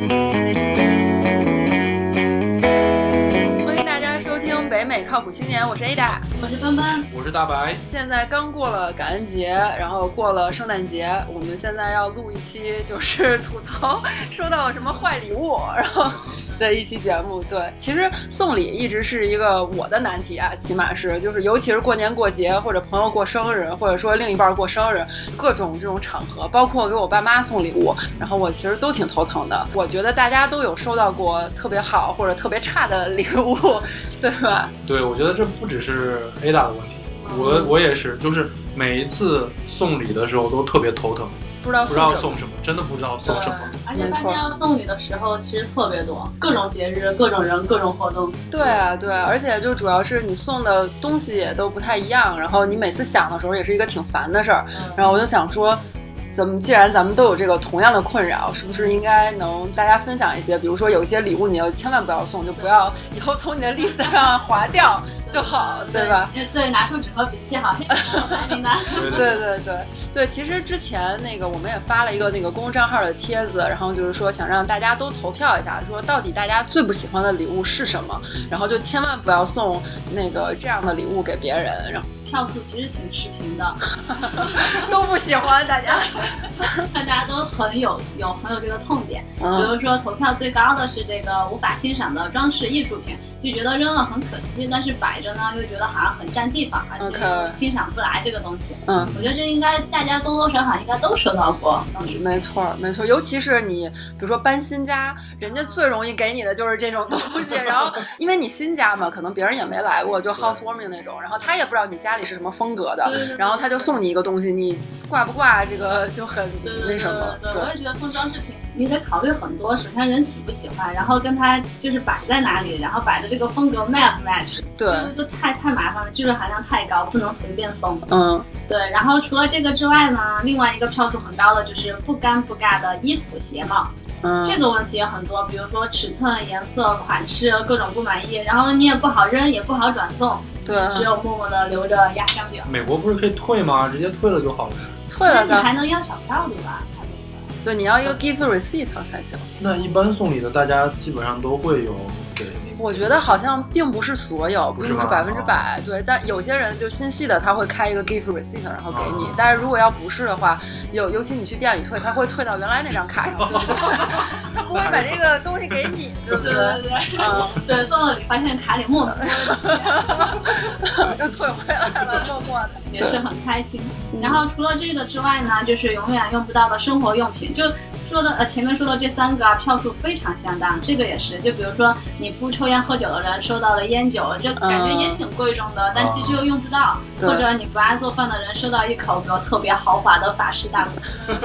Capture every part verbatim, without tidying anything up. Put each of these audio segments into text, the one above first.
北美靠谱青年，我是 Ada， 我是奔奔， 我是大白。 现在刚过了感恩节，然后过了圣诞节，我们现在要录一期就是吐槽收到了什么坏礼物，然后的一期节目。对，其实送礼一直是一个我的难题啊，起码是就是尤其是过年过节或者朋友过生日，或者说另一半过生日，各种这种场合，包括给我爸妈送礼物，然后我其实都挺头疼的。我觉得大家都有收到过特别好或者特别差的礼物，对吧？ 对，我觉得这不只是 Ada 的问题，我我也是，就是每一次送礼的时候都特别头疼， 不知道不知道送什么，真的不知道送什么。 而且大家要送礼的时候其实特别多，各种节日、各种人、各种活动。 对啊，对啊，而且就主要是你送的东西也都不太一样，然后你每次想的时候也是一个挺烦的事儿。然后我就想说，咱们既然咱们都有这个同样的困扰，是不是应该能大家分享一些？比如说有一些礼物你要千万不要送，就不要以后从你的 list 上划掉就好，对吧？ 对，对，拿出纸和笔记好，白名单。 对对对对，其实之前那个我们也发了一个那个公众账号的帖子，然后就是说想让大家都投票一下，说到底大家最不喜欢的礼物是什么，然后就千万不要送那个这样的礼物给别人，然后。 票数其实挺持平的， 都不喜欢大家， 大家都很有有很有这个痛点。 嗯、 比如说投票最高的是这个无法欣赏的装饰艺术品，就觉得扔了很可惜，但是摆着呢又觉得好像很占地方，而且又欣赏不来这个东西。 嗯， 我觉得这应该大家多多少少应该都收到过。 没错没错，尤其是你比如说搬新家，人家最容易给你的就是这种东西，然后因为你新家嘛，可能别人也没来过，就 housewarming 那种，然后他也不知道你家里是什么风格的， 对对对， 然后他就送你一个东西，你挂不挂这个就很那什么。 对，对对对，我也觉得送装饰品你得考虑很多，首先人喜不喜欢，然后跟他就是摆在哪里，然后摆的这个风格 match 不 match， 对， 就太太麻烦了，技术含量太高，不能随便送。 嗯， 对。然后除了这个之外呢，另外一个票数很高的就是不尴不尬的衣服鞋帽。嗯，这个问题也很多，比如说尺寸、颜色、款式各种不满意，然后你也不好扔，也不好转送， 对， 只有默默的留着压箱底。 美国不是可以退吗？直接退了就好了。 退了， 你还能要小票对吧？ 对，你要一个 gift receipt 才行。 那一般送礼的，大家基本上都会有给。 我觉得好像并不是所有，并不是百分之百，对。但有些人就心细的，他会开一个 gift receipt， 然后给你。哦、但是如果要不是的话，有尤其你去店里退，他会退到原来那张卡上，对不对？他不会把这个东西给你，对不对？ 对对对，嗯，对，送了礼发现卡里默默的又退回来了，默默的， 也是很开心。然后除了这个之外呢，就是永远用不到的生活用品，就。说的呃，前面说的这三个啊，票数非常相当。这个也是，就比如说你不抽烟喝酒的人收到了烟酒，这感觉也挺贵重的，嗯、但其实又用不到。或者你不爱做饭的人收到一口比如特别豪华的法式大锅，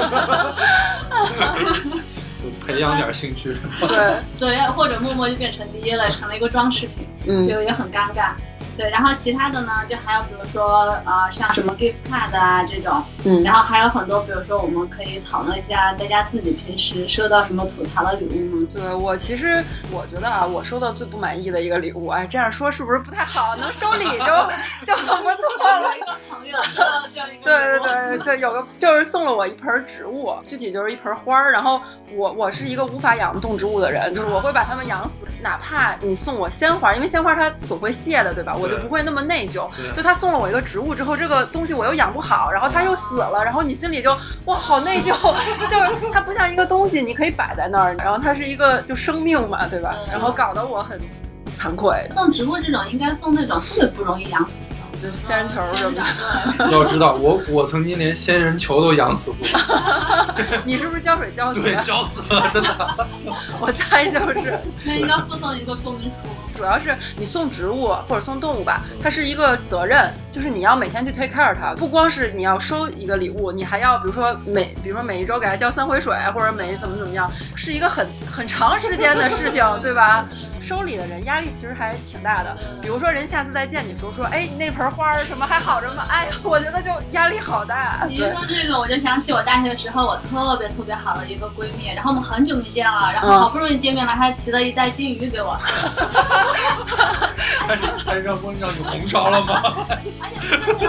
培养点兴趣。 对对，或者默默就变成第一了，成了一个装饰品，嗯、就也很尴尬。对，然后其他的呢，就还有比如说呃，像什么 gift card 啊这种，嗯，然后还有很多，比如说我们可以讨论一下大家自己平时收到什么吐槽的礼物吗？ 对，我其实我觉得啊，我收到最不满意的一个礼物，哎，这样说是不是不太好？能收礼就就很不错了。 一个朋友收到这样一个对对对，就有个就是送了我一盆植物，具体就是一盆花儿。然后我我是一个无法养动植物的人，就是我会把它们养死，哪怕你送我鲜花，因为鲜花它总会谢的，对吧？我就不会那么内疚。就他送了我一个植物之后，这个东西我又养不好，然后它又死了，然后你心里就哇好内疚，就是它不像一个东西你可以摆在那儿，然后它是一个就生命嘛，对吧？然后搞得我很惭愧。 送植物这种应该送那种特别不容易养死的， 就仙人球什么的。要知道我我曾经连仙人球都养死过。 你是不是浇水浇死了？ 对，浇死了，真的。 我猜就是。 那应该附送一个说明书。 主要是你送植物或者送动物吧，它是一个责任，就是你要每天去 take care 它，不光是你要收一个礼物，你还要比如说每比如说每一周给它浇三回水，或者每怎么怎么样，是一个很很长时间的事情，对吧？收礼的人压力其实还挺大的，比如说人下次再见你的时候说，哎，那盆花什么还好着吗？哎呀，我觉得就压力好大。 你说这个，我就想起我大学的时候，我特别特别好的一个闺蜜，然后我们很久没见了，然后好不容易见面了，她骑了一袋金鱼给我。 但是他让让你红烧了吗？ 而且不是那种普通的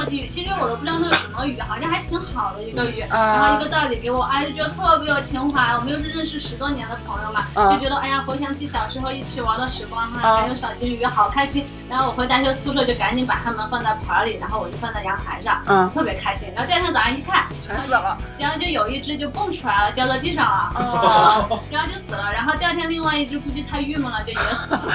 鱼，其实我都不知道那是什么鱼，好像还挺好的一个鱼， 啊、 然后一个道理给我，哎，就觉得特别有情怀。我们又是认识十多年的朋友嘛， 啊、 就觉得哎呀，回想起小时候一起玩的时光哈，啊、还有小金鱼，好开心。然后我回大学宿舍就赶紧把它们放在盆里，然后我就放在阳台上， 嗯， 特别开心。然后第二天早上一看， 全死了， 然后就有一只就蹦出来了，掉在地上了， 哦、 然后就死了。然后第二天另外一只估计太郁闷了，就也死了。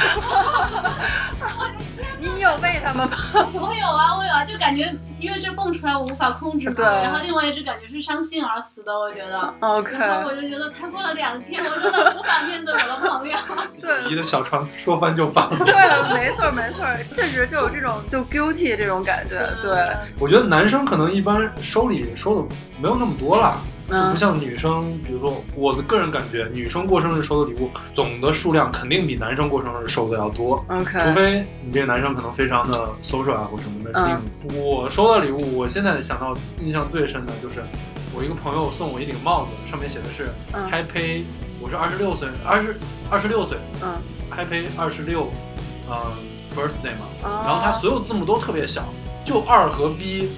你你有喂它们吗？ 我有啊，我有啊，就感觉因为这蹦出来我无法控制嘛， 对。 然后另外一只感觉是伤心而死的，我觉得。 OK。 然后我就觉得才过了两天，我真的无法面对我的朋友。 对。 你的小船说翻就翻。 对，没错没错，确实就有这种就 guilty 这种感觉。对。 我觉得男生可能一般收礼收的没有那么多了。 嗯、 不像女生，比如说我的个人感觉，女生过生日收的礼物总的数量肯定比男生过生日收的要多。 OK， 除非你这个男生可能非常的 social 啊或什么的。嗯，我收到礼物，我现在想到印象最深的就是我一个朋友送我一顶帽子，上面写的是 Happy，、嗯、我是二十六岁，二十二十六岁， 嗯 ，Happy 二十六，嗯 ，birthday 嘛、 哦， 然后它所有字母都特别小，就二和 B。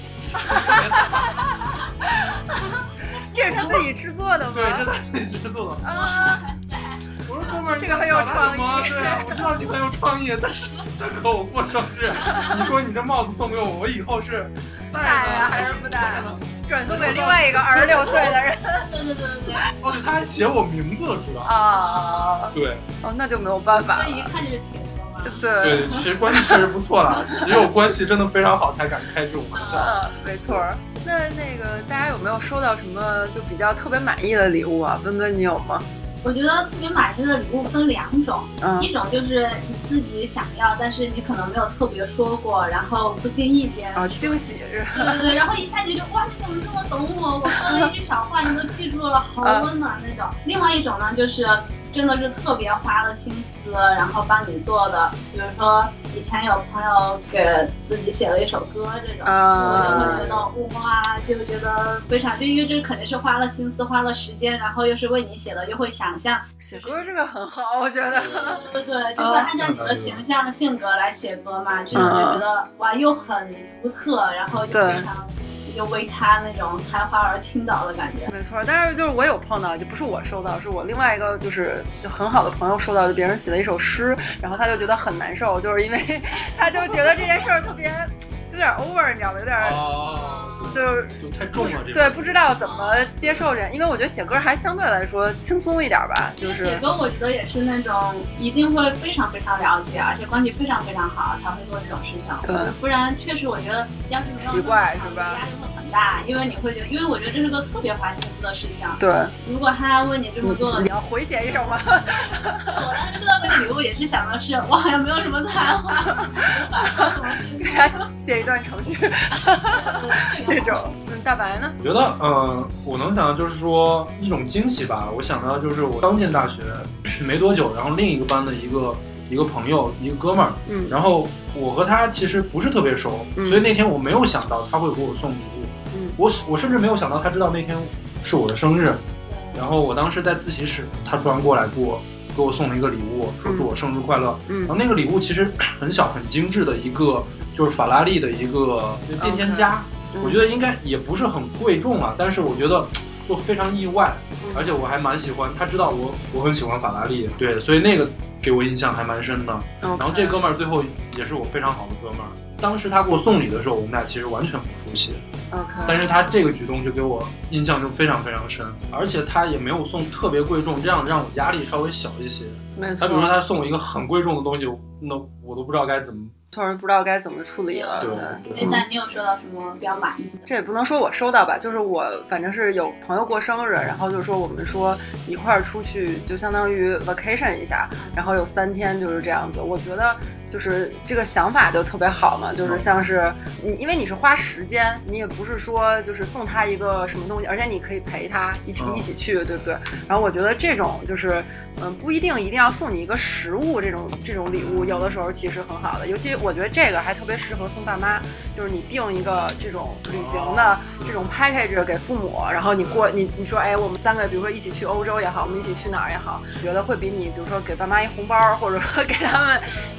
这是他自己制作的吗？ 对，这是他自己制作的。 啊！ 我说哥们儿， 这个很有创意。 对啊，我知道你很有创意，但是大哥我过生日，你说你这帽子送给我，我以后是戴呀还是不戴？转送给另外一个二十六岁的人。 对对对对。 哦，对，他还写我名字了，主要。 啊。 对。 哦，那就没有办法了。 所以一看就是铁哥嘛。 对。 对，其实关系确实不错啦，只有关系真的非常好才敢开这种玩笑。 嗯，没错。那那个大家有没有收到什么就比较特别满意的礼物啊？温温你有吗？ 我觉得特别满意的礼物分两种， 嗯、 一种就是你自己想要，但是你可能没有特别说过，然后不经意间啊惊喜是吧？ 对对对，然后一下你就哇，你怎么这么懂我？我说的一句小话你都记住了，好温暖那种。另外一种呢，就是真的是特别花了心思，然后帮你做的，比如说以前有朋友给自己写了一首歌这种， 啊、 我就会觉得哇，就觉得非常，就因为这肯定是花了心思、花了时间，然后又是为你写的，又会想象写歌这个很好，我觉得。 对对对，就会按照你的形象、性格来写歌嘛，这种就觉得哇，又很独特，然后又非常。又为他那种才华而倾倒的感觉， 没错。但是就是我有碰到，就不是我收到，是我另外一个就是就很好的朋友收到，就别人写了一首诗，然后他就觉得很难受，就是因为他就觉得这件事儿特别有点 over， 你知道吗？有点。 哦就是就太重了，这对，不知道怎么接受这，因为我觉得写歌还相对来说轻松一点吧。就是写歌，我觉得也是那种一定会非常非常了解，而且关系非常非常好才会做这种事情。 对， 不然确实我觉得要是没有奇怪是吧？ 压力会很大，因为你会觉得，因为我觉得这是个特别花心思的事情。 对， 如果他为你这么做了， 你要回写一首吗？ 我当时收到这个礼物也是想的是，我好像没有什么才华， 给他写一段程序，这种。嗯，大白呢？ 我觉得，呃，我能想到就是说一种惊喜吧。我想到就是我刚进大学没多久，然后另一个班的一个一个朋友，一个哥们儿， 嗯， 然后我和他其实不是特别熟， 嗯、 所以那天我没有想到他会给我送礼物， 嗯， 我我甚至没有想到他知道那天是我的生日，然后我当时在自习室，他突然过来给我给我送了一个礼物，说祝我生日快乐， 嗯， 然后那个礼物其实很小很精致的一个，就是法拉利的一个变肩夹。Okay.我觉得应该也不是很贵重啊，但是我觉得就非常意外，而且我还蛮喜欢。他知道我我很喜欢法拉利，对，所以那个给我印象还蛮深的。 Okay. 然后这哥们儿最后也是我非常好的哥们儿。当时他给我送礼的时候，我们俩其实完全不熟悉。 OK， 但是他这个举动就给我印象就非常非常深，而且他也没有送特别贵重，这样让我压力稍微小一些。 没错。 他比如说他送我一个很贵重的东西，那我都不知道该怎么。 突然不知道该怎么处理了。 对。 哎，但你有收到什么比较满意的？ 这也不能说我收到吧，就是我反正是有朋友过生日，然后就说我们说一块儿出去，就相当于 vacation 一下，然后有三天就是这样子。我觉得就是这个想法就特别好嘛，就是像是你，因为你是花时间，你也不是说就是送他一个什么东西，而且你可以陪他一起一起去，对不对？然后我觉得这种就是嗯，不一定一定要送你一个实物这种这种礼物，有的时候其实很好的，尤其我觉得这个还特别适合送爸妈，就是你订一个这种旅行的这种 package 给父母，然后你过你你说哎，我们三个比如说一起去欧洲也好，我们一起去哪儿也好，觉得会比你比如说给爸妈一红包，或者说给他们买个电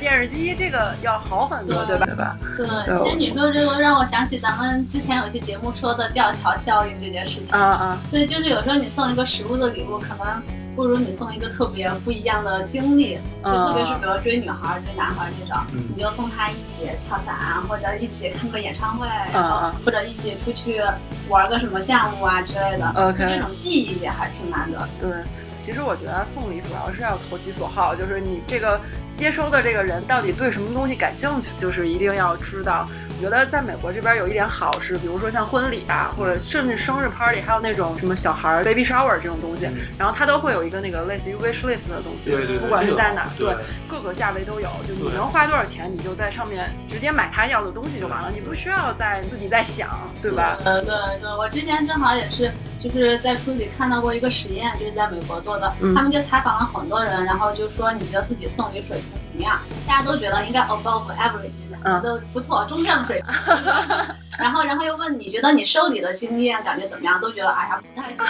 电视机，这个要好很多，对吧？对吧？ 对，其实你说这个让我想起咱们之前有一期节目说的吊桥效应这件事情。 啊啊！ 对，就是有时候你送一个实物的礼物，可能不如你送一个特别不一样的经历。就特别是比如追女孩、追男孩这种， 嗯、 你就送他一起跳伞，或者一起看个演唱会，然后或者一起出去玩个什么项目啊之类的。 OK， 这种记忆也还挺难得。 对。其实我觉得送礼主要是要投其所好，就是你这个接收的这个人到底对什么东西感兴趣，就是一定要知道。我觉得在美国这边有一点好是，比如说像婚礼啊，或者甚至生日 party， 还有那种什么小孩 baby shower 这种东西，然后它都会有一个那个类似于 wish list 的东西， 对对对， 不管是在哪儿， 对， 各个价位都有，就你能花多少钱，你就在上面直接买他要的东西就完了，你不需要再自己再想，对吧？ 呃，对对，我之前正好也是。就是在书里看到过一个实验，就是在美国做的，嗯、他们就采访了很多人，然后就说你觉得自己送礼水平怎么样？大家都觉得应该 above average 的，嗯、都不错，中上水平。然后，然后又问你觉得你收礼的经验感觉怎么样？都觉得哎呀不太行，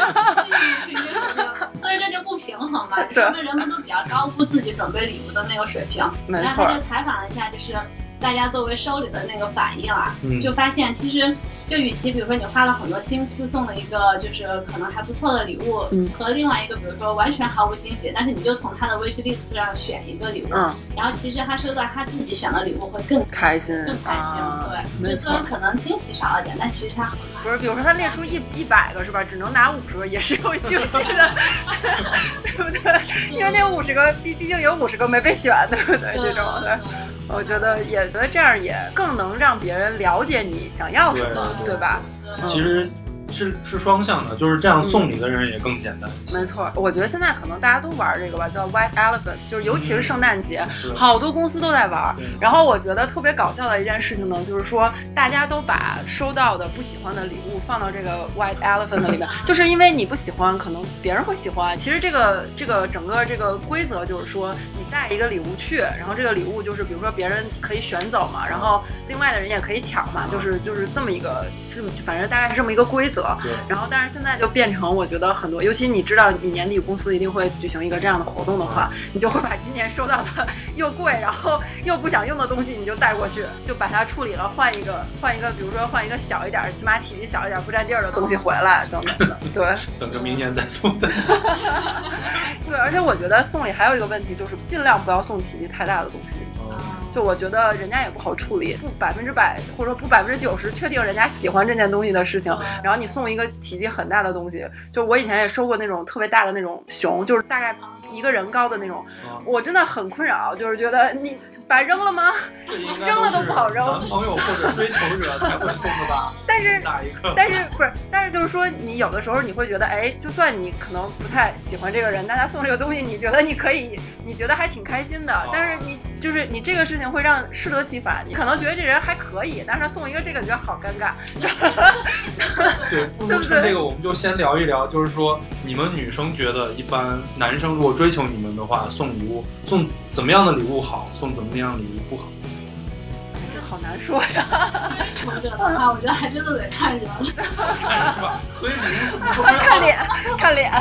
所以这就不平衡嘛，说明人们都比较高估自己准备礼物的那个水平。 没错。 然后他就采访了一下，就是大家作为收礼的那个反应啊， 嗯、 就发现其实。就与其比如说你花了很多心思送了一个就是可能还不错的礼物，嗯、和另外一个比如说完全毫无惊喜，但是你就从他的 wish list 上选一个礼物，嗯、然后其实他收到他自己选的礼物会更开心， 更开心。啊、对，就虽然可能惊喜少了点，但其实他很不是，比如说他列出一一百个是吧，只能拿五十个，也是有惊喜的，对不对？因为那五十个毕毕竟有五十个没被选，对不对？这种的。我觉得也觉得这样也更能让别人了解你想要什么， 对, 对吧？ 其实是是双向的，就是这样送礼的人也更简单。 嗯、没错，我觉得现在可能大家都玩这个吧，叫 White Elephant， 就是尤其是圣诞节，嗯、好多公司都在玩。然后我觉得特别搞笑的一件事情呢，就是说大家都把收到的不喜欢的礼物放到这个 White Elephant 里面，就是因为你不喜欢，可能别人会喜欢。其实这个这个整个这个规则就是说，你带一个礼物去，然后这个礼物就是比如说别人可以选走嘛，然后另外的人也可以抢嘛，就是就是这么一个，这么反正大概是这么一个规则。然后，但是现在就变成，我觉得很多，尤其你知道，你年底公司一定会举行一个这样的活动的话，你就会把今年收到的又贵，然后又不想用的东西，你就带过去，就把它处理了，换一个，换一个，比如说换一个小一点，起码体积小一点、不占地儿的东西回来，等等的。对， 等着明年再送的。 对，而且我觉得送礼还有一个问题，就是尽量不要送体积太大的东西。就我觉得人家也不好处理，不百分之百或者说不百分之九十确定人家喜欢这件东西的事情，然后你送一个体积很大的东西，就我以前也收过那种特别大的那种熊，就是大概一个人高的那种，我真的很困扰，就是觉得你把扔了吗？扔了都不好扔。 男朋友或者追求者才会送的吧？ 但是但是不是？但是就是说，你有的时候你会觉得，哎，就算你可能不太喜欢这个人，但他送这个东西，你觉得你可以，你觉得还挺开心的。哦、但是你就是你这个事情会让适得其反，你可能觉得这人还可以，但是他送一个这个，你觉得好尴尬。 对，不如趁这个我们就先聊一聊，就是说你们女生觉得一般男生如果追求你们的话，送礼物送怎么样的礼物好，送怎么样的礼物不好？ 这好难说呀。 追求者的话，我觉得还真的得看人。 看人吧，所以礼物什么都要看脸，看脸。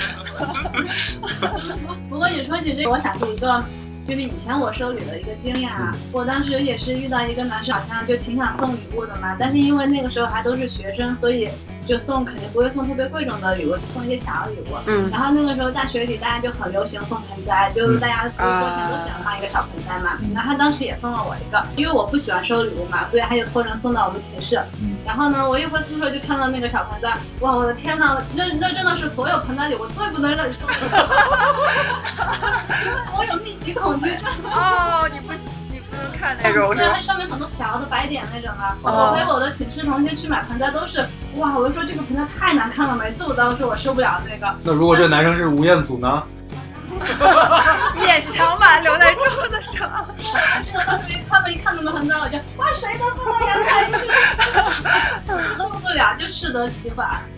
不过你说起这个，我想起一个。就是以前我收礼的一个经验啊，我当时也是遇到一个男生，好像就挺想送礼物的嘛，但是因为那个时候还都是学生，所以就送肯定不会送特别贵重的礼物，就送一些小礼物。嗯。然后那个时候大学里大家就很流行送盆栽，就是大家多钱都喜欢放一个小盆栽嘛。嗯、然后他当时也送了我一个，因为我不喜欢收礼物嘛，所以他就托人送到我们寝室。嗯、然后呢，我一回宿舍就看到那个小盆栽，哇，我的天哪，那那真的是所有盆栽里我最不能忍受的，因为我有密集恐。 哦，你不你不能看那种， 对，它上面很多小的白点那种啊。哦、我陪我的寝室同学去买盆栽都是，哇，我就说这个盆栽太难看了，每次我都说我受不了那个。 那如果这男生是吴彦祖呢？ 勉强吧，留在桌子上。 这个当时他们一看那么盆栽，我就哇，谁都不能言太是，受不了，就适得其反。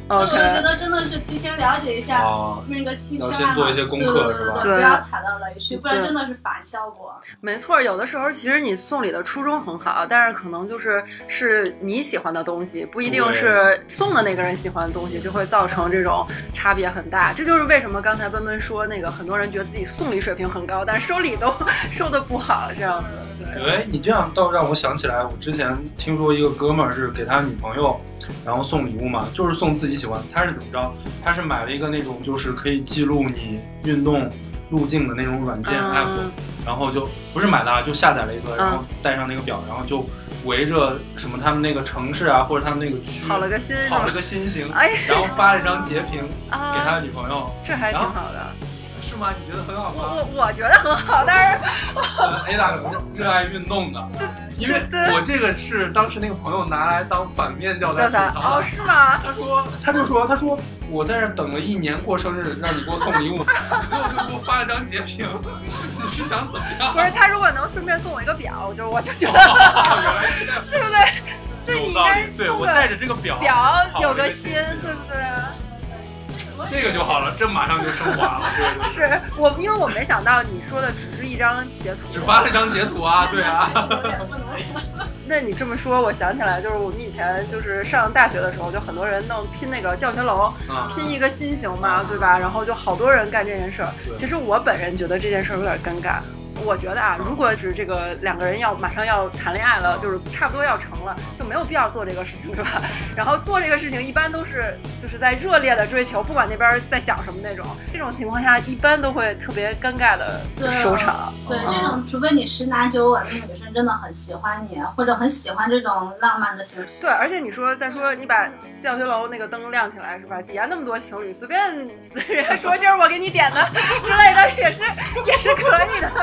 我就觉得真的是提前了解一下那个戏要先做一些功课是吧？ 对，不要踩到雷区，不然真的是反效果。 没错，有的时候其实你送礼的初衷很好，但是可能就是是你喜欢的东西，不一定是送的那个人喜欢的东西，就会造成这种差别很大。这就是为什么刚才奔奔说那个很多人觉得自己送礼水平很高，但是收礼都收的不好这样子。 对，哎，你这样倒让我想起来，我之前听说一个哥们儿是给他女朋友然后送礼物嘛，就是送自己喜欢。他是怎么着？他是买了一个那种就是可以记录你运动路径的那种软件 app，嗯、然后就不是买的，就下载了一个，然后带上那个表，然后就围着什么他们那个城市啊，或者他们那个区跑了个心， 跑了个心形， 哎， 然后发了一张截屏给他的女朋友， 这还挺好的。 是吗？你觉得很好吗？ 我我觉得很好，但是 A 大可能热爱运动的，因为我这个是当时那个朋友拿来当反面教材吐槽。 哦，是吗？ 他说，他就说，他说我在这等了一年过生日，让你给我送礼物，最后就给我发了张截屏，你是想怎么样？ 不是，他如果能顺便送我一个表，就我就觉得， 哦、原来是这样， 对不对？对，你应该对我带着这个表， 表有个心，对不对啊？ 这个就好了，这马上就升华了。这个是我，因为我没想到你说的只是一张截图， 只发了一张截图啊，对啊。 那你这么说，我想起来，就是我们以前就是上大学的时候，就很多人弄拼那个教学楼， 啊、 拼一个心形嘛，对吧？然后就好多人干这件事儿。其实我本人觉得这件事儿有点尴尬。我觉得啊，如果是这个两个人要马上要谈恋爱了，就是差不多要成了，就没有必要做这个事情，对吧？然后做这个事情一般都是就是在热烈的追求，不管那边在想什么那种，这种情况下一般都会特别尴尬的收场。 对，对、嗯、这种除非你十拿九稳，那个女生真的很喜欢你，或者很喜欢这种浪漫的形式。 对，而且你说再说你把教学楼那个灯亮起来是吧？底下那么多情侣，随便人家说这是我给你点的之类的，也是也是可以的。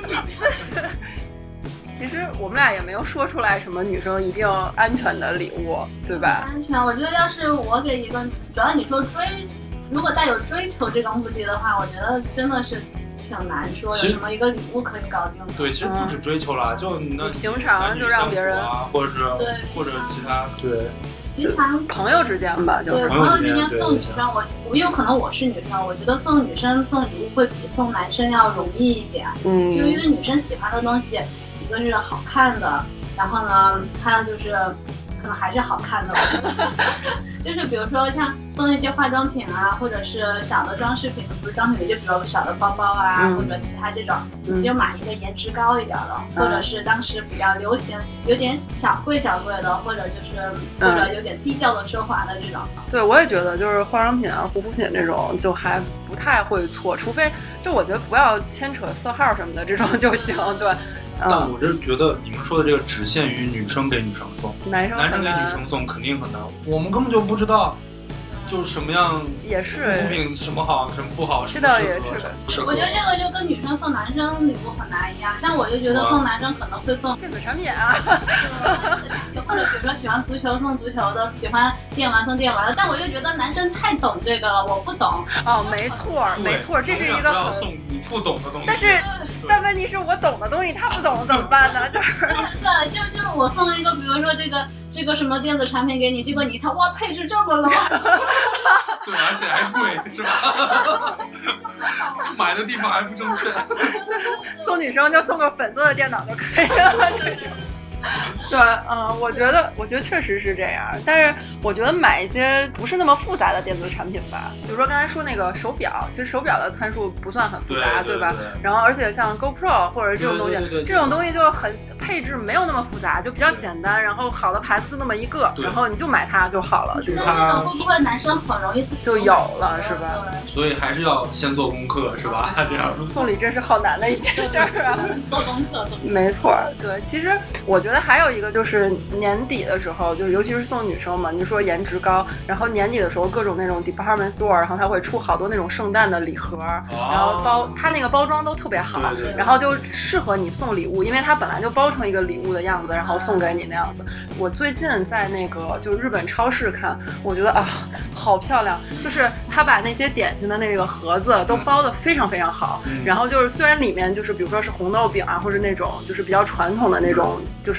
其实我们俩也没有说出来什么女生一定安全的礼物，对吧？ 安全，我觉得要是我给一个，主要你说追，如果带有追求这个目的的话，我觉得真的是挺难说有什么一个礼物可以搞定的。 对，其实不止追求啦，嗯、就你你平常就让别人啊，或者是或者其他对。 平常朋友之间吧，就是对朋友之间送女生，我我有可能我是女生，我觉得送女生送礼物会比送男生要容易一点， 嗯， 就因为女生喜欢的东西，一个是好看的，然后呢，还有就是可能还是好看的，就是比如说像送一些化妆品啊，或者是小的装饰品，不是装饰品，就比如小的包包啊， 嗯、 或者其他这种，你就买一个颜值高一点的， 嗯、 或者是当时比较流行，有点小贵小贵的，或者就是或者有点低调的奢华的这种。 嗯、对，我也觉得就是化妆品啊、护肤品这种就还不太会错，除非就我觉得不要牵扯色号什么的这种就行，对。 但我是觉得你们说的这个只限于女生给女生送， 男生男生给女生送肯定很难，我们根本就不知道，就是什么样也是护肤品什么好什么不好， 这倒也是。我觉得这个就跟女生送男生礼物很难一样，像我就觉得送男生可能会送电子产品啊， 或者比如说喜欢足球送足球的，喜欢电玩送电玩的，但我就觉得男生太懂这个了，我不懂。 哦，没错没错，这是一个不要送你不懂的东西。 但是但问题是我懂的东西他不懂怎么办呢？就是对，就就是我送一个，比如说这个这个什么电子产品给你，结果你一看，哇，配置这么 low， 对，而且还贵，是吧？买的地方还不正确。 送女生就送个粉色的电脑就可以了，这种。对，嗯，我觉得，我觉得确实是这样，但是我觉得买一些不是那么复杂的电子产品吧，比如说刚才说那个手表，其实手表的参数不算很复杂， 对, 对, 对, 对吧？然后而且像 GoPro 或者这种东西， 对对对对对这种东西就很配置没有那么复杂，就比较简单，然后好的牌子就那么一个，然后你就买它就好了。 就是它会不会男生很容易就有了，是吧？ 所以还是要先做功课，是吧？这样送礼真是好难的一件事儿啊！ 做功课， 没错，对，其实我觉得还有一个就是年底的时候，就是尤其是送女生嘛，你说颜值高，然后年底的时候各种那种 department store， 然后它会出好多那种圣诞的礼盒， 哦、 然后包它那个包装都特别好， 对对对， 然后就适合你送礼物，因为它本来就包成一个礼物的样子，然后送给你那样子。我最近在那个就是日本超市看，我觉得啊好漂亮，就是它把那些点心的那个盒子都包得非常非常好， 嗯、 然后就是虽然里面就是比如说是红豆饼啊，或者那种就是比较传统的那种就是年糕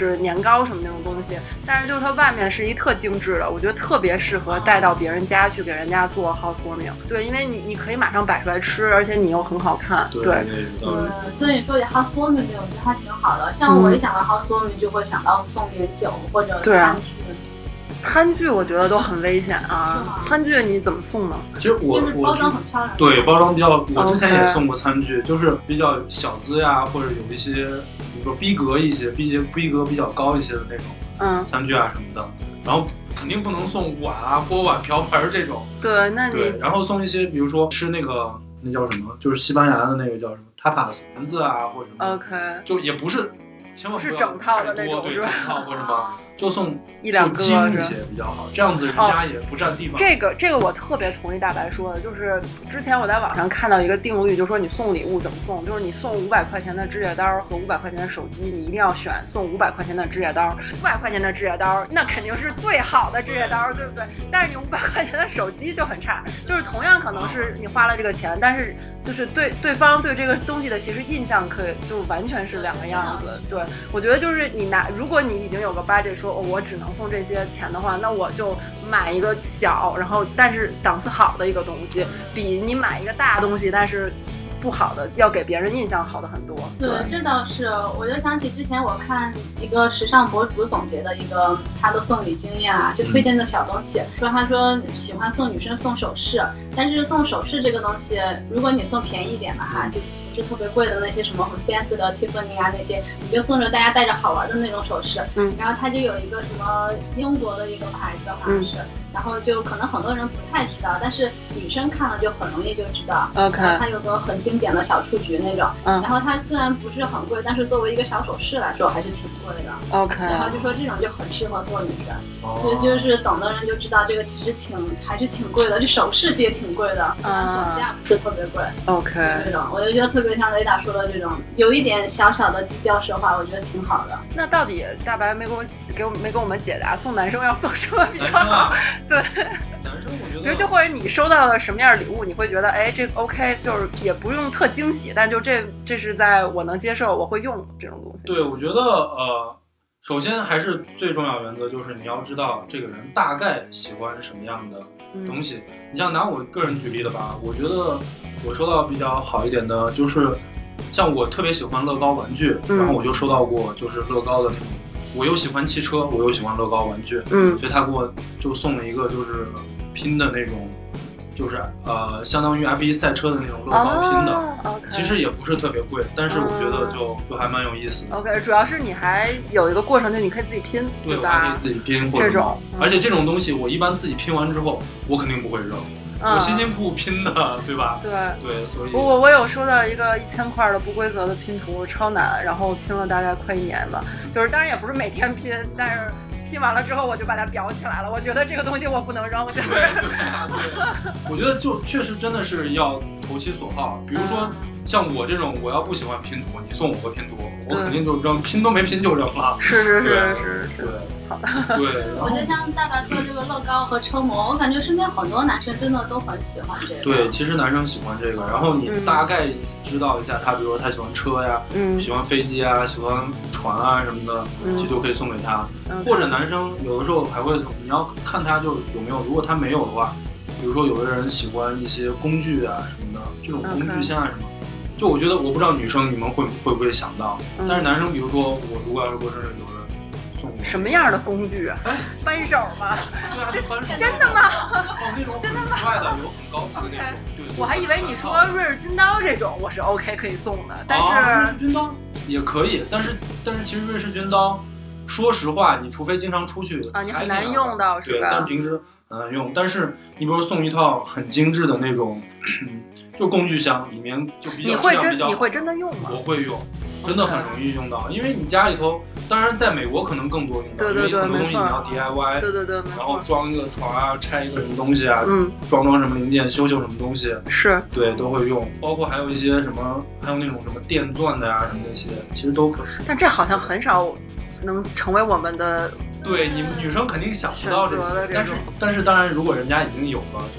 糕什么那种东西，但是就是它外面是一特精致的，我觉得特别适合带到别人家去给人家做 housewarming。对，因为你你可以马上摆出来吃，而且你又很好看。 对对对，对你说起 housewarming 我觉得还挺好的。像我一想到 housewarming 就会想到送点酒或者餐具。 餐具我觉得都很危险啊！餐具你怎么送呢？ 其实我就是包装很漂亮， 对，包装比较，我之前也送过餐具， okay. 就是比较小资呀，或者有一些，比如说逼格一些，逼逼格比较高一些的那种，嗯，餐具啊什么的。然后肯定不能送碗啊、锅碗瓢盆这种。 对，那你对，然后送一些，比如说吃那个那叫什么，就是西班牙的那个叫什么 tapas 盘子啊，或者什么 ，OK， 就也不是。千万不是整套的那种，是吧？ 整套或者么，就送一两个， 精一些比较好，这样子人家也不占地方。 哦、这个这个我特别同意大白说的，就是之前我在网上看到一个定律，就说你送礼物怎么送，就是你送五百块钱的指甲刀和五百块钱的手机，你一定要选送五百块钱的指甲刀。五百块钱的指甲刀那肯定是最好的指甲刀，对不对？但是你五百块钱的手机就很差，就是同样可能是你花了这个钱，但是就是对对方对这个东西的其实印象可以就完全是两个样子。对，我觉得就是你拿，如果你已经有个 budget 说、哦、我只能送这些钱的话，那我就买一个小，然后但是档次好的一个东西，比你买一个大东西但是不好的要给别人印象好的很多。 对, 对，这倒是。我就想起之前我看一个时尚博主总结的一个他的送礼经验啊，就推荐的小东西，说他说喜欢送女生送首饰，但是送首饰这个东西如果你送便宜一点的哈，就不是特别贵的那些什么很 fancy 的 Tiffany 啊那些，你就送着大家戴着好玩的那种首饰。嗯，然后他就有一个什么英国的一个牌子好像是、嗯，然后就可能很多人不太知道，但是女生看了就很容易就知道。OK， 它有个很经典的小雏菊那种，嗯，然后它虽然不是很贵，但是作为一个小首饰来说还是挺贵的。OK， 然后就说这种就很适合送女生，哦、就就是懂的人就知道这个其实挺还是挺贵的，这首饰其实挺贵的，虽然总价不是特别贵。OK， 这种我就觉得特别像雷达说的这种，有一点小小的低调奢华，我觉得挺好的。 那到底大白没给我给我没给我们解答，送男生要送什么比较好？对， 男生我觉得， 比如就或者你收到了什么样的礼物，你会觉得哎这个 OK， 就是也不用特惊喜，但就这这是在我能接受，我会用这种东西。 对，我觉得呃，首先还是最重要原则就是你要知道这个人大概喜欢什么样的东西。嗯、你像拿我个人举例的吧，我觉得我收到比较好一点的就是，像我特别喜欢乐高玩具，嗯、然后我就收到过就是乐高的那种。我又喜欢汽车，我又喜欢乐高玩具，嗯，所以他给我就送了一个就是拼的那种，就是呃相当于 F 一 赛车的那种乐高拼的，哦 okay、其实也不是特别贵，但是我觉得就、嗯、就还蛮有意思的。OK， 主要是你还有一个过程，就你可以自己拼， 对， 对吧？ 我还可以自己拼， 这种、 嗯，而且这种东西我一般自己拼完之后，我肯定不会扔。我辛辛苦苦拼的，对吧？ 对对，所以我我有收到一个一千块的不规则的拼图，超难，然后拼了大概快一年吧。就是当然也不是每天拼，但是拼完了之后我就把它裱起来了。我觉得这个东西我不能扔，真的。 对对对，我觉得就确实真的是要投其所好。比如说、嗯、像我这种，我要不喜欢拼图，你送我个拼图，我肯定就扔，拼都没拼就扔了。 是是是是是。 对。 好的， 对， 我觉得像大白说这个乐高和车模，我感觉身边很多男生真的都很喜欢这个。 对，其实男生喜欢这个，然后你大概知道一下他，比如说他喜欢车呀，嗯，喜欢飞机啊，喜欢船啊什么的，嗯、其实就可以送给他。嗯、或者男生有的时候还会，你要看他就有没有，如果他没有的话，比如说有的人喜欢一些工具啊什么的，这种工具箱啊什么。Okay. 就我觉得，我不知道女生你们会会不会想到，嗯、但是男生，比如说我如果要是过生日，有人。 什么样的工具啊？扳手吗？ 对啊， 真的吗？ 哦，那种真的吗？有很高级的那种。Okay. 我还以为你说瑞士军刀这种，我是 OK 可以送的，但是、 啊、瑞士军刀也可以，但是但是其实瑞士军刀，说实话，你除非经常出去啊，你很难用到，是吧？ 对，但平时很难用。但是你比如说送一套很精致的那种，就工具箱，里面就比较你会真你会真的用吗？ 我会用。真的很容易用到， okay. 因为你家里头，当然在美国可能更多用到， 对对对， 因为很多东西你要 D I Y， 对对对， 然后装一个床啊，拆一个什么东西啊，嗯，装装什么零件，修修什么东西， 是， 对，都会用，包括还有一些什么，还有那种什么电钻的呀、啊，什么那些，其实都可以。 但这好像很少能成为我们的， 对，你们女生肯定想不到这些，但是但是当然，如果人家已经有了，就。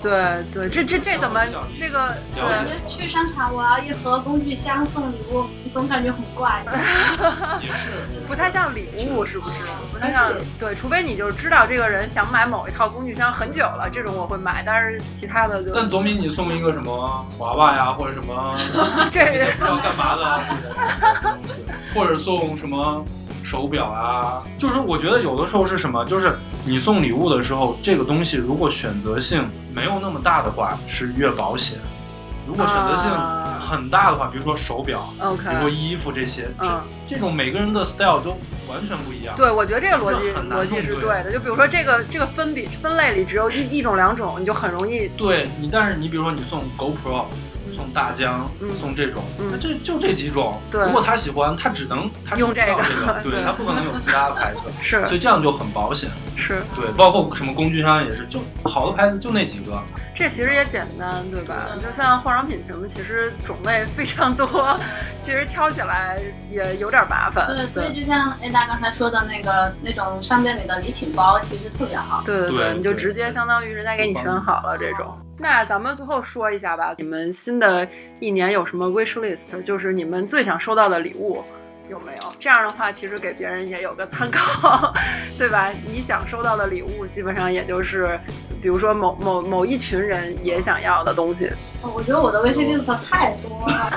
对对，这这这怎么这个？ 对，感觉去商场我要一盒工具箱送礼物，总感觉很怪。 也是， 不太像礼物，是不是？不太像对，除非你就知道这个人想买某一套工具箱很久了，这种我会买，但是其他的就。 但总比你送一个什么娃娃呀，或者什么这不知道干嘛的，或者送什么手表啊，就是我觉得有的时候是什么，就是你送礼物的时候，这个东西如果选择性没有那么大的话，是越保险。如果选择性很大的话，比如说手表， OK， 比如说衣服这些， 嗯， 这种每个人的 style 都完全不一样。 对，我觉得这个逻辑逻辑是对的。就比如说这个这个分比分类里只有一一种两种，你就很容易。 对你，但是你比如说你送 GoPro。送大疆、嗯，送这种，那、嗯、这就这几种。 对， 如果他喜欢，他只能他用这个， 这个对他不可能有其他的牌子。 是， 所以这样就很保险。 是， 对，包括什么工具箱也是，就好的牌子就那几个。 这其实也简单，对吧？就像化妆品什么，其实种类非常多，其实挑起来也有点麻烦。 对，所以就像 Ada 刚才说的那个那种商店里的礼品包，其实特别好。 对对 对, 对，你就直接相当于人家给你选好了这种。那咱们最后说一下吧，你们新的一年有什么 wish list？ 就是你们最想收到的礼物有没有？这样的话，其实给别人也有个参考，对吧？你想收到的礼物，基本上也就是，比如说某某某一群人也想要的东西。 哦，我觉得我的 wish list 太多了。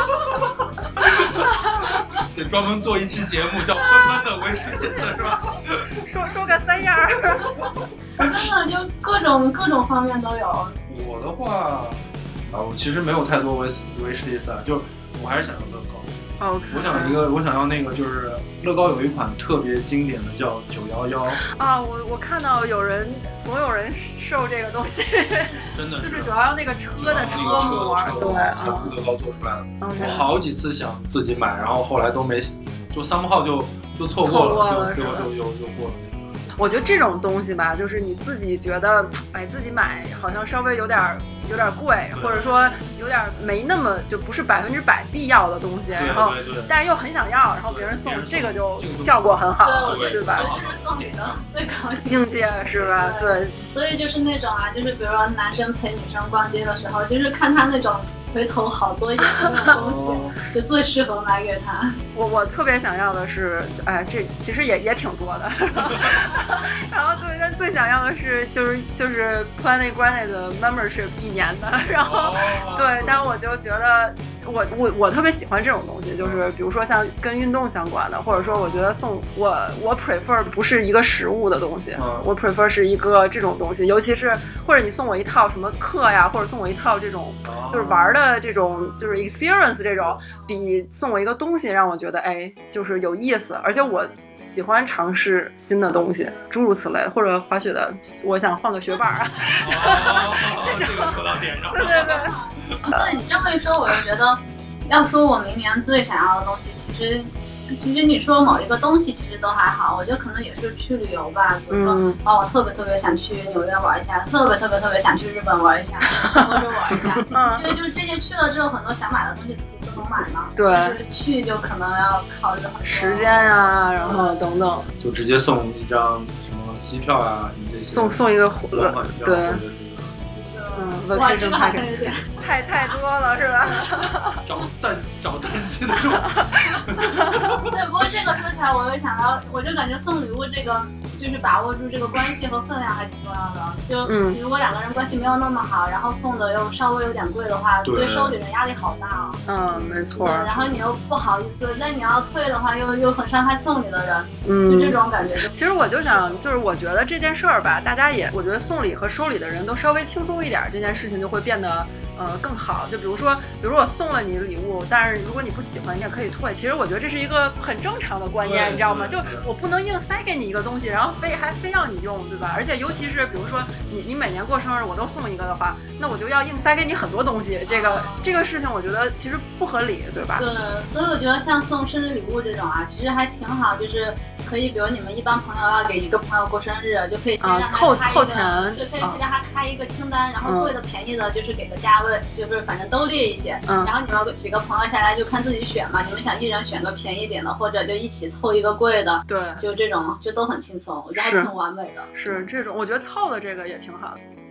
得专门做一期节目叫《纷纷的 wish list》是吧？ 说说个三样。 真的就各种各种方面都有。 我的话，啊，我其实没有太多 wish wish list， 就我还是想要乐高。 OK。 我想一个，我想要那个，就是乐高有一款特别经典的叫九一一。 啊，我我看到有人总有人售这个东西， 真的就是九一一那个车的车模，对， 是乐高做出来的。 Okay. 我好几次想自己买，然后后来都没，就somehow就就错过了， 错过了， 就就就就就过了。 我觉得这种东西吧，就是你自己觉得，哎，自己买好像稍微有点有点贵，或者说有点没那么就不是百分之百必要的东西，然后但是又很想要，然后别人送，这个就效果很好， 对， 对吧？ 这就是送礼的最高境界，是吧？对。 所以就是那种啊，就是比如说男生陪女生逛街的时候，就是看他那种回头好多眼的那种东西，就最适合买给他。 我我特别想要的是，哎，这其实也也挺多的。然后对，但最想要的是就是就是 Planet Granite 的 membership 一年的，然后、哦、对，但我就觉得我我我特别喜欢这种东西，就是比如说像跟运动相关的，或者说我觉得送我我 prefer 不是一个实物的东西， 嗯、 我 prefer 是一个这种东西，尤其是或者你送我一套什么课呀，或者送我一套这种、哦、就是玩的这种就是 experience 这种，比送我一个东西让我觉得哎就是有意思，而且我喜欢尝试新的东西，诸如此类，或者滑雪的，我想换个雪板啊。 哦、这种、个、说到点上。 对对对。 对你这么一说，我就觉得，要说我明年最想要的东西，其实，其实你说某一个东西，其实都还好。我觉得可能也是去旅游吧，比如说，嗯、哦，我特别特别想去纽约玩一下，特别特别特别想去日本玩一下，或者玩一下。嗯。就就这些去了之后，很多想买的东西自己就能买嘛。 对。 就是去就可能要考虑很多时间呀、啊，然后等等。 就直接送一张什么机票啊，你这些。 送送一个火对。 嗯，哇，这个还有点太太多了，是吧？ 找淡找淡季的这种。 对，不过这个说起来，我又想到，我就感觉送礼物这个，就是把握住这个关系和分量还挺重要的。就、嗯、如果两个人关系没有那么好，然后送的又稍微有点贵的话，对, 对收礼人压力好大啊、 哦。嗯，没错。 然后你又不好意思，但你要退的话，又又很伤害送礼的人。嗯，就这种感觉就。 其实我就想，就是我觉得这件事儿吧，大家也，我觉得送礼和收礼的人都稍微轻松一点。这件事情就会变得呃更好，就比如说，比如我送了你礼物，但是如果你不喜欢，你也可以退。其实我觉得这是一个很正常的观念，你知道吗？就我不能硬塞给你一个东西，然后非还非要你用，对吧？而且尤其是比如说你你每年过生日我都送一个的话，那我就要硬塞给你很多东西，这个这个事情我觉得其实不合理，对吧？ 对，所以我觉得像送生日礼物这种啊，其实还挺好，就是可以，比如你们一般朋友要给一个朋友过生日，就可以先让他凑开一个、 凑钱， 对，可以让他开一个清单，然后贵的便宜的就是给个价位，就是反正都列一些，嗯，然后你们几个朋友下来就看自己选嘛，你们想一人选个便宜点的，或者就一起凑一个贵的， 对， 就这种就都很轻松，我觉得还挺完美的。 是, 是这种，我觉得凑的这个也挺好的。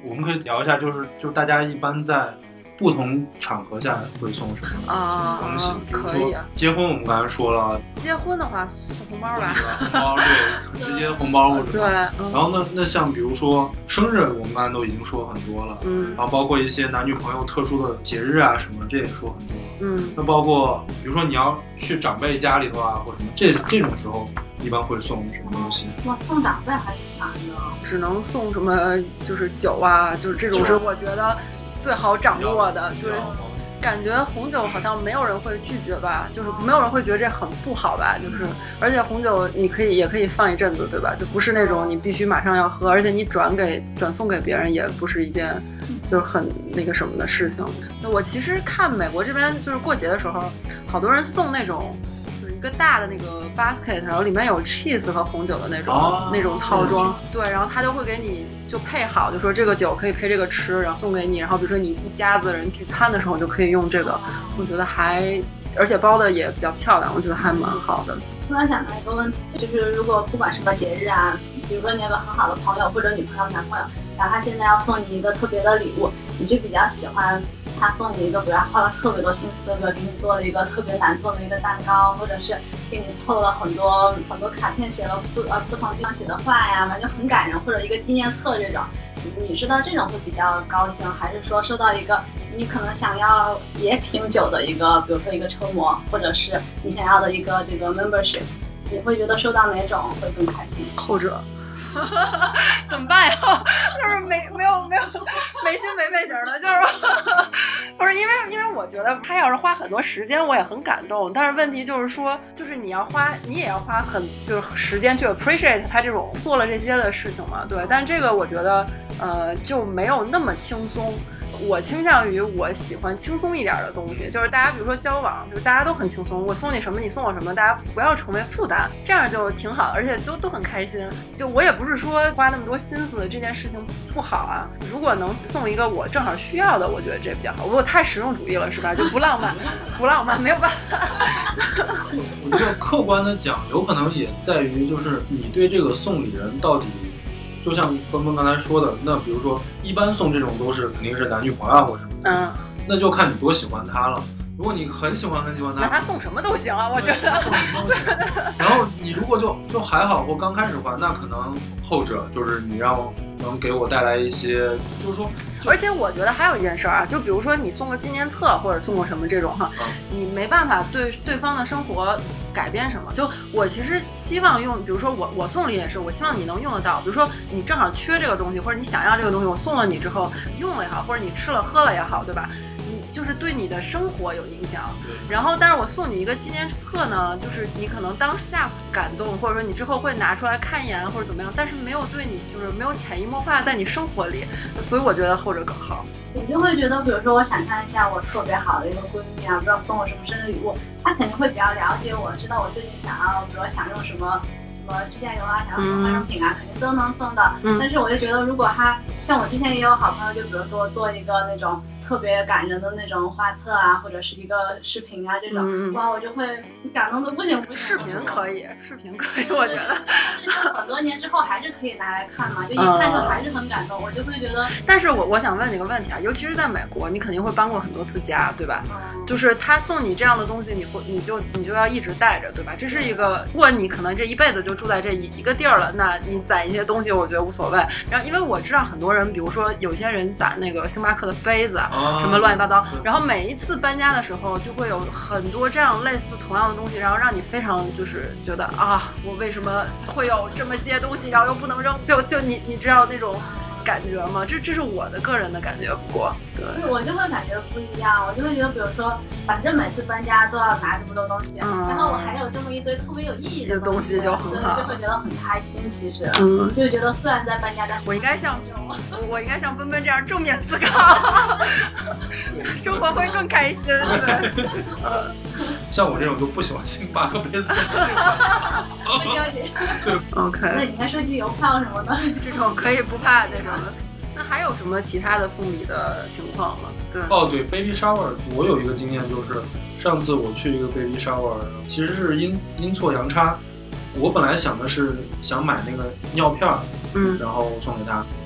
我们可以聊一下，就是就大家一般在不同场合下会送什么东西？ 啊、 比如可以说结婚，我们刚才说了， 结婚的话送红包吧， 红包对，直接红包或者对。嗯、 然后呢，那像比如说生日，我们刚才都已经说很多了， 嗯。 然后包括一些男女朋友特殊的节日啊什么，这也说很多。 嗯。 那包括比如说你要去长辈家里头啊，或者什么，这这种时候一般会送什么东西？ 哇，送长辈还挺难的。 只能送什么？就是酒啊，就是这种是我觉得最好掌握的。对，感觉红酒好像没有人会拒绝吧，就是没有人会觉得这很不好吧，就是而且红酒你可以也可以放一阵子，对吧？就不是那种你必须马上要喝，而且你转给转送给别人也不是一件就是很那个什么的事情。那我其实看美国这边就是过节的时候，好多人送那种就是一个大的那个 basket， 然后里面有 cheese 和红酒的那种、哦、那种套装，对，然后他就会给你就配好，就说这个酒可以配这个吃，然后送给你，然后比如说你一家子人聚餐的时候就可以用这个，我觉得还而且包的也比较漂亮，我觉得还蛮好的。 突然想到一个问题，就是如果不管什么节日啊，比如说你有个很好的朋友或者女朋友男朋友，然后他现在要送你一个特别的礼物，你就比较喜欢他送你一个，比如他花了特别多心思，比如给你做了一个特别难做的一个蛋糕，或者是给你凑了很多很多卡片，写了不呃不同地方写的话呀，反正就很感人，或者一个纪念册这种，你知道这种会比较高兴，还是说收到一个你可能想要也挺久的一个，比如说一个车模，或者是你想要的一个这个 membership， 你会觉得收到哪种会更开心？ 后者。怎么办呀？就是没没有没有没心没肺型的，就是不是因为因为我觉得他要是花很多时间，我也很感动。但是问题就是说，就是你要花，你也要花很就是时间去 appreciate 他这种做了这些的事情嘛，对。但这个我觉得呃就没有那么轻松。我倾向于我喜欢轻松一点的东西，就是大家比如说交往，就是大家都很轻松，我送你什么你送我什么，大家不要成为负担，这样就挺好的，而且都都很开心。就我也不是说花那么多心思这件事情不好啊，如果能送一个我正好需要的，我觉得这比较好。我太实用主义了是吧？就不浪漫不浪漫没有办法。 我觉得客观的讲，有可能也在于就是你对这个送礼人到底，就像芬芬刚才说的，那比如说一般送这种都是肯定是男女朋友或什么的，嗯，那就看你多喜欢他了。如果你很喜欢很喜欢他， 那他送什么都行啊，我觉得。 然后你如果就就还好或刚开始的话，那可能后者就是你让能给我带来一些，就是说。 而且我觉得还有一件事啊，就比如说你送个纪念册或者送过什么这种哈，嗯、你没办法对对方的生活改变什么。就我其实希望用，比如说我我送礼也是，我希望你能用得到。比如说你正好缺这个东西，或者你想要这个东西，我送了你之后用了也好，或者你吃了喝了也好，对吧？你就是对你的生活有影响。然后，但是我送你一个纪念册呢，就是你可能当下感动，或者说你之后会拿出来看一眼或者怎么样，但是没有对你就是没有潜移默化在你生活里，所以我觉得后者更好。 我就会觉得，比如说我想看一下我特别好的一个闺蜜啊，不知道送我什么生日礼物，她肯定会比较了解我，知道我最近想要，比如说想用什么什么指甲油啊，想要什么化妆品啊，肯定都能送的。嗯、但是我就觉得，如果她像我之前也有好朋友，就比如说做一个那种特别感人的那种画册啊，或者是一个视频啊这种，嗯、哇，我就会感动的不行不行。 视频可以，视频可以，我觉得。 就是很多年之后还是可以拿来看嘛，就一看就还是很感动，嗯、我就会觉得。 但是我我想问你个问题啊，尤其是在美国，你肯定会搬过很多次家，对吧？嗯、就是他送你这样的东西，你会你就你就要一直带着，对吧？这是一个，如果你可能这一辈子就住在这一一个地儿了，那你攒一些东西，我觉得无所谓。然后因为我知道很多人，比如说有些人攒那个星巴克的杯子。什么乱七八糟，然后每一次搬家的时候就会有很多这样类似同样的东西，然后让你非常就是觉得啊，我为什么会有这么些东西，然后又不能扔，就就你你知道那种感觉吗？这这是我的个人的感觉，不过对我就会感觉不一样，我就会觉得比如说反正每次搬家都要拿这么多东西，嗯、然后我还有这么一堆特别有意义的东西就很好， 就会觉得很开心。其实嗯，就会觉得虽然在搬家，但是我应该像我我应该像奔奔这样正面思考生活会更开心。对，呃， 像我这种就不喜欢星巴克杯子不交集。 对 ，OK。 那你应该收集邮票什么的， 这种可以不怕那种的。那还有什么其他的送礼的情况吗？对， 哦，对 ，baby shower， 我有一个经验，就是上次我去一个 baby shower， 其实是阴阴错阳差。我本来想的是想买那个尿片，嗯，然后送给他，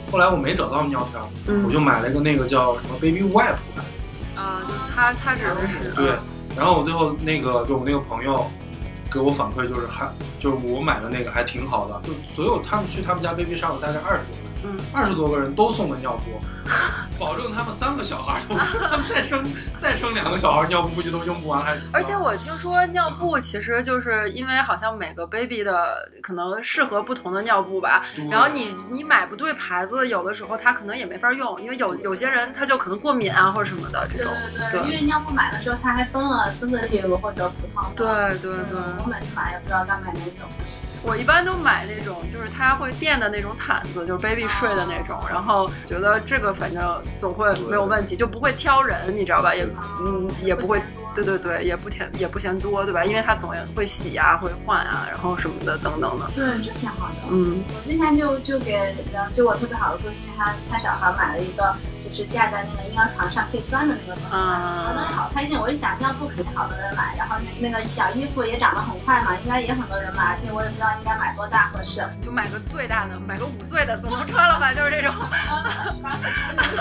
后来我没找到尿片， 嗯、 我就买了一个那个叫什么 Baby Wipe 啊，就擦擦纸的是。 对，然后我最后那个就我那个朋友给我反馈，就是还就是我买的那个还挺好的，就所有他们去他们家 Baby Shower 大概二十多个人，嗯，二十多个人都送了尿布。保证他们三个小孩都，他们再生再生两个小孩，尿布估计都用不完还。 而且我听说尿布其实就是因为好像每个 baby 的可能适合不同的尿布吧，然后你你买不对牌子，有的时候它可能也没法用，因为有有些人他就可能过敏啊或者什么的这种。 对对对，因为尿布买的时候它还分了 sensitive 或者普通的。 对对对。 我每次买也不知道该买哪种。 我一般都买那种就是它会垫的那种毯子，就是 baby 睡的那种，然后觉得这个反正总会没有问题，就不会挑人，你知道吧？也嗯也不会，对对对，也不甜也不嫌多，对吧？因为它总会洗啊，会换啊，然后什么的等等的。 对，这挺好的。 嗯， 我之前就就给就我特别好的闺蜜，她她小孩买了一个。就是架在那个婴儿床上可以钻的那个东西，啊，当时好开心。我一想，尿布肯定好多人买，然后那个小衣服也长得很快嘛，应该也很多人买，所以我也不知道应该买多大合适。 就买个最大的，买个五岁的总能穿了吧，就是这种。 十八岁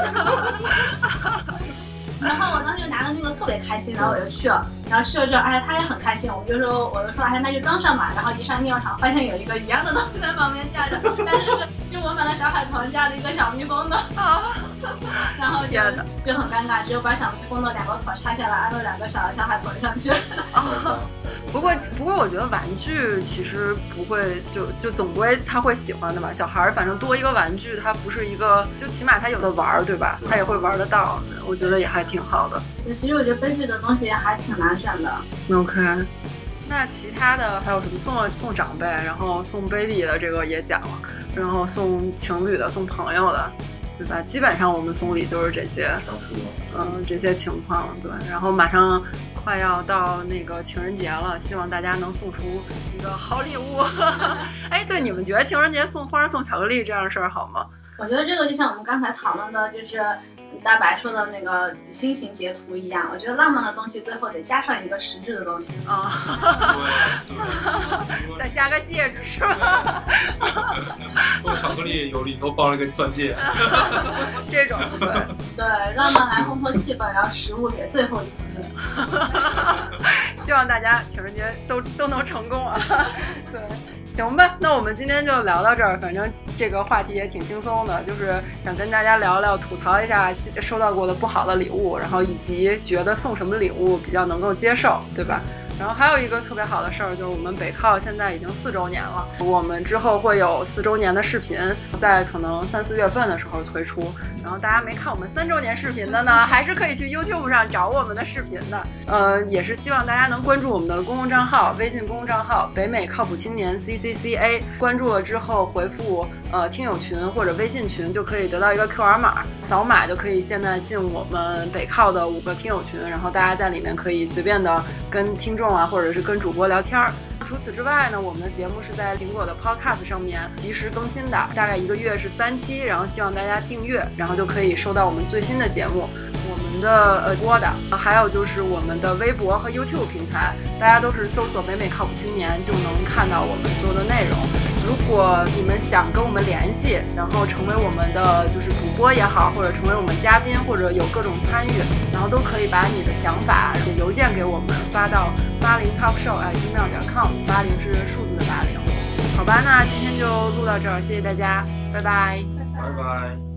然后我当时就拿着那个特别开心，然后我就去了，然后去了之后，哎，他也很开心，我就说，我就说，哎，那就装上吧。然后一上婴儿床，发现有一个一样的东西在旁边架着，但是是就我买的小海豚架了一个小蜜蜂的，然后就就很尴尬，只有把小蜜蜂的两个腿拆下来，安了两个小小海豚上去。 不过不过我觉得玩具其实不会就就总归他会喜欢的吧，小孩反正多一个玩具，他不是一个就起码他有的玩对吧？他也会玩得到，我觉得也还挺好的。 其实我觉得 baby 的东西还挺难选的。 OK， 那其他的还有什么？送了送长辈，然后送 baby 的这个也讲了，然后送情侣的，送朋友的，对吧？基本上我们送礼就是这些，嗯，这些情况了，对。然后马上快要到那个情人节了，希望大家能送出一个好礼物。哎，对，你们觉得情人节送花送巧克力这样的事儿好吗？ 我觉得这个就像我们刚才讨论的，就是大白说的那个心形截图一样，我觉得浪漫的东西最后得加上一个实质的东西啊，对，再加个戒指是吧？ 送巧克力有里头包了个钻戒， 这种对对，浪漫来烘托气氛，然后食物给最后一击。 希望大家情人节都都能成功啊！对。行吧，那我们今天就聊到这儿。反正这个话题也挺轻松的，就是想跟大家聊聊，吐槽一下收到过的不好的礼物，然后以及觉得送什么礼物比较能够接受，对吧？然后还有一个特别好的事儿，就是我们北靠现在已经四周年了，我们之后会有四周年的视频，在可能三四月份的时候推出。然后大家没看我们三周年视频的呢，还是可以去 YouTube 上找我们的视频的。呃，也是希望大家能关注我们的公共账号，微信公共账号北美靠谱青年 C C C A， 关注了之后回复呃听友群或者微信群，就可以得到一个 Q R 码，扫码就可以现在进我们北靠的五个听友群，然后大家在里面可以随便的跟听众啊，或者是跟主播聊天。除此之外呢，我们的节目是在苹果的 Podcast 上面及时更新的，大概一个月是三期，然后希望大家订阅，然后就可以收到我们最新的节目。我们的呃播的，还有就是我们的微博和 YouTube 平台，大家都是搜索北美靠谱青年就能看到我们所有的内容。如果你们想跟我们联系，然后成为我们的就是主播也好，或者成为我们嘉宾，或者有各种参与，然后都可以把你的想法写邮件给我们，发到八零 talk show at gmail 点 com， 八零是数字的八零。好吧，那今天就录到这儿，谢谢大家，拜拜， 拜拜。